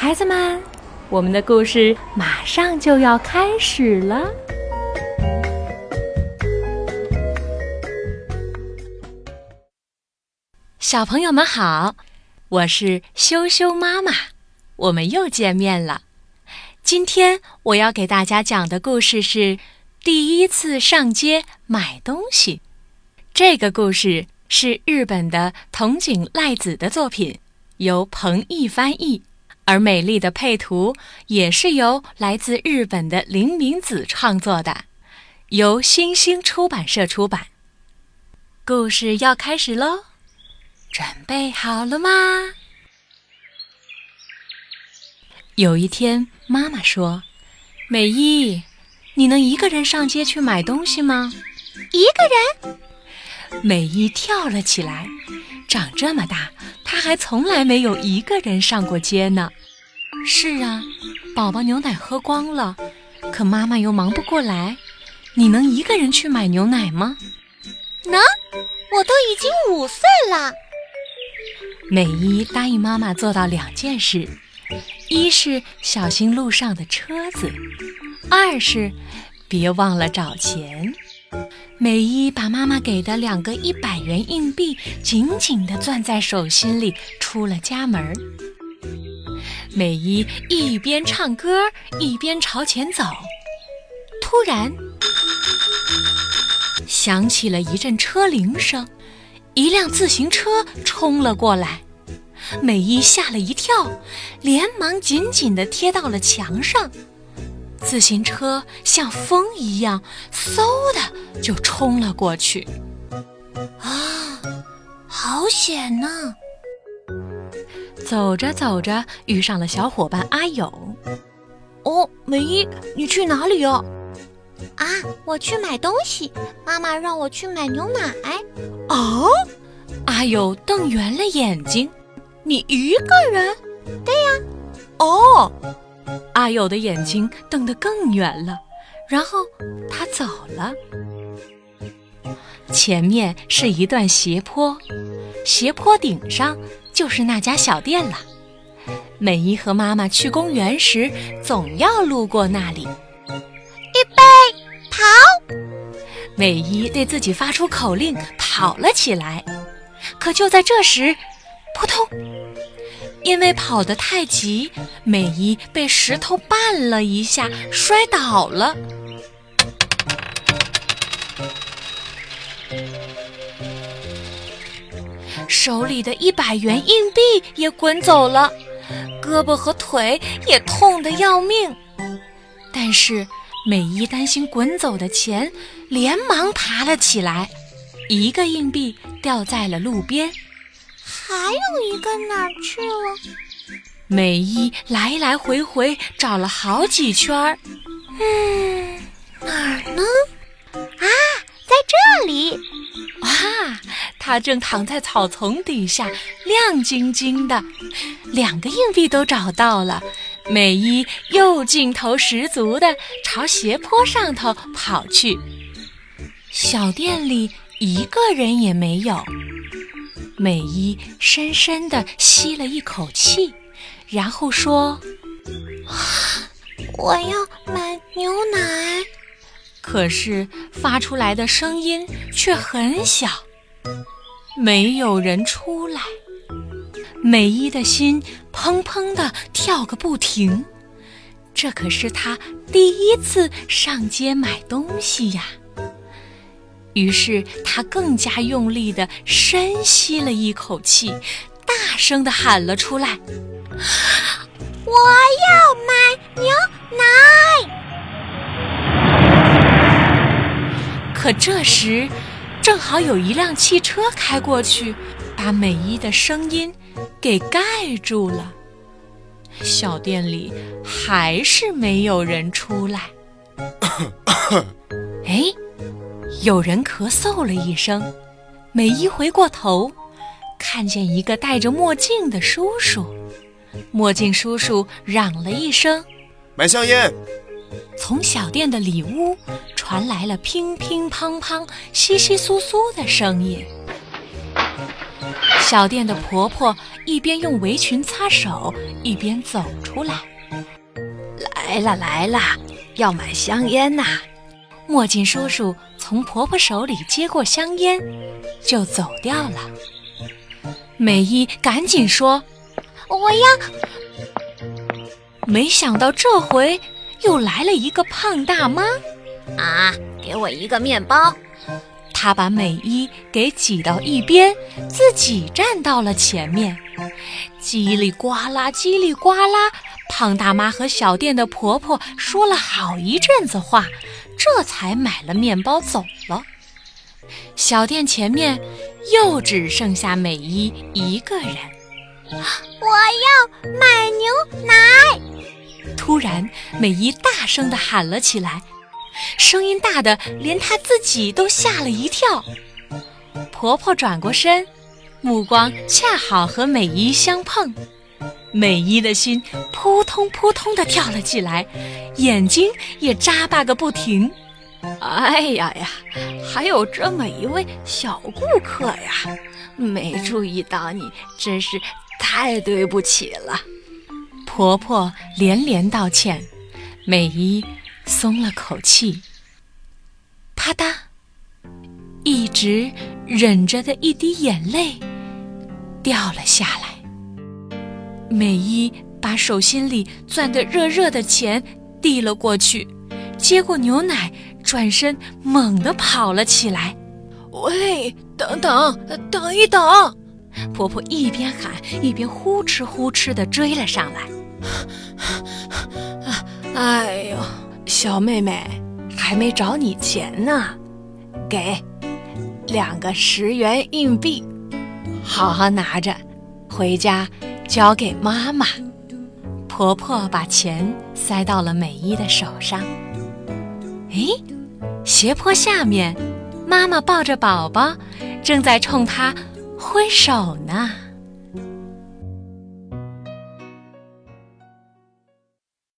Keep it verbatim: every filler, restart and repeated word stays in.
孩子们，我们的故事马上就要开始了。小朋友们好，我是羞羞妈妈，我们又见面了。今天我要给大家讲的故事是第一次上街买东西。这个故事是日本的筒井赖子的作品，由彭毅翻译，而美丽的配图也是由来自日本的林明子创作的，由新星出版社出版。故事要开始咯，准备好了吗？有一天，妈妈说：“美伊，你能一个人上街去买东西吗？” 一个人？ 美伊跳了起来，长这么大，她还从来没有一个人上过街呢。是啊，宝宝牛奶喝光了，可妈妈又忙不过来。你能一个人去买牛奶吗？ 能，我都已经五岁了。 美伊答应妈妈做到两件事，一是小心路上的车子，二是别忘了找钱。美伊把妈妈给的两个一百元硬币紧紧地攥在手心里，出了家门。美伊一边唱歌一边朝前走，突然响起了一阵车铃声，一辆自行车冲了过来。美伊吓了一跳，连忙紧紧地贴到了墙上。自行车像风一样嗖的就冲了过去。 啊，好险呐！ 走着走着遇上了小伙伴阿友。 哦，美伊，你去哪里啊？啊，我去买东西，妈妈让我去买牛奶。 哦，阿友瞪圆了眼睛。你一个人？ 对呀。 哦，阿友的眼睛瞪得更圆了，然后他走了。前面是一段斜坡，斜坡顶上就是那家小店了。美伊和妈妈去公园时总要路过那里。 预备，跑！ 美伊对自己发出口令，跑了起来。可就在这时，扑通！因为跑得太急，美伊被石头绊了一下，摔倒了。手里的一百元硬币也滚走了，胳膊和腿也痛得要命。但是美伊担心滚走的钱，连忙爬了起来。一个硬币掉在了路边， 还有一个哪儿去了？ 美伊来来回回找了好几圈儿。 嗯，哪儿呢？啊，在这里！ 哇，她正躺在草丛底下，亮晶晶的。两个硬币都找到了，美伊又劲头十足地朝斜坡上头跑去。小店里一个人也没有。美伊深深地吸了一口气，然后说：“ 我要买牛奶。” 可是发出来的声音却很小，没有人出来。美伊的心砰砰地跳个不停，这可是她第一次上街买东西呀。于是他更加用力地深吸了一口气，大声地喊了出来：“ 我要买牛奶！” 可这时正好有一辆汽车开过去，把美伊的声音给盖住了。小店里还是没有人出来。哎，有人咳嗽了一声，美伊回过头，看见一个戴着墨镜的叔叔。墨镜叔叔嚷了一声：“ 买香烟！” 从小店的里屋传来了乒乒乓乓、窸窸窣窣的声音。 小店的婆婆一边用围裙擦手，一边走出来。 来了来了，要买香烟呐！ 墨镜叔叔从婆婆手里接过香烟，就走掉了。美伊赶紧说：“ 我要……” 没想到这回又来了一个胖大妈。 啊，给我一个面包！ 她把美伊给挤到一边，自己站到了前面。叽里呱啦，叽里呱啦，胖大妈和小店的婆婆说了好一阵子话，这才买了面包走了。小店前面又只剩下美伊一个人。 我要买牛奶！ 突然，美伊大声地喊了起来，声音大得连她自己都吓了一跳。婆婆转过身，目光恰好和美伊相碰，美伊的心扑通扑通地跳了起来，眼睛也眨巴个不停。 哎呀呀，还有这么一位小顾客呀，没注意到你，真是太对不起了。 婆婆连连道歉，美伊松了口气。啪嗒，一直忍着的一滴眼泪掉了下来。美伊把手心里攥得热热的钱递了过去，接过牛奶，转身猛地跑了起来。 喂，等等，等一等！ 婆婆一边喊一边呼哧呼哧地追了上来。 哎呦，小妹妹，还没找你钱呢，给两个十元硬币，好好拿着，回家交给妈妈。 婆婆把钱塞到了美伊的手上。诶，斜坡下面，妈妈抱着宝宝，正在冲她挥手呢。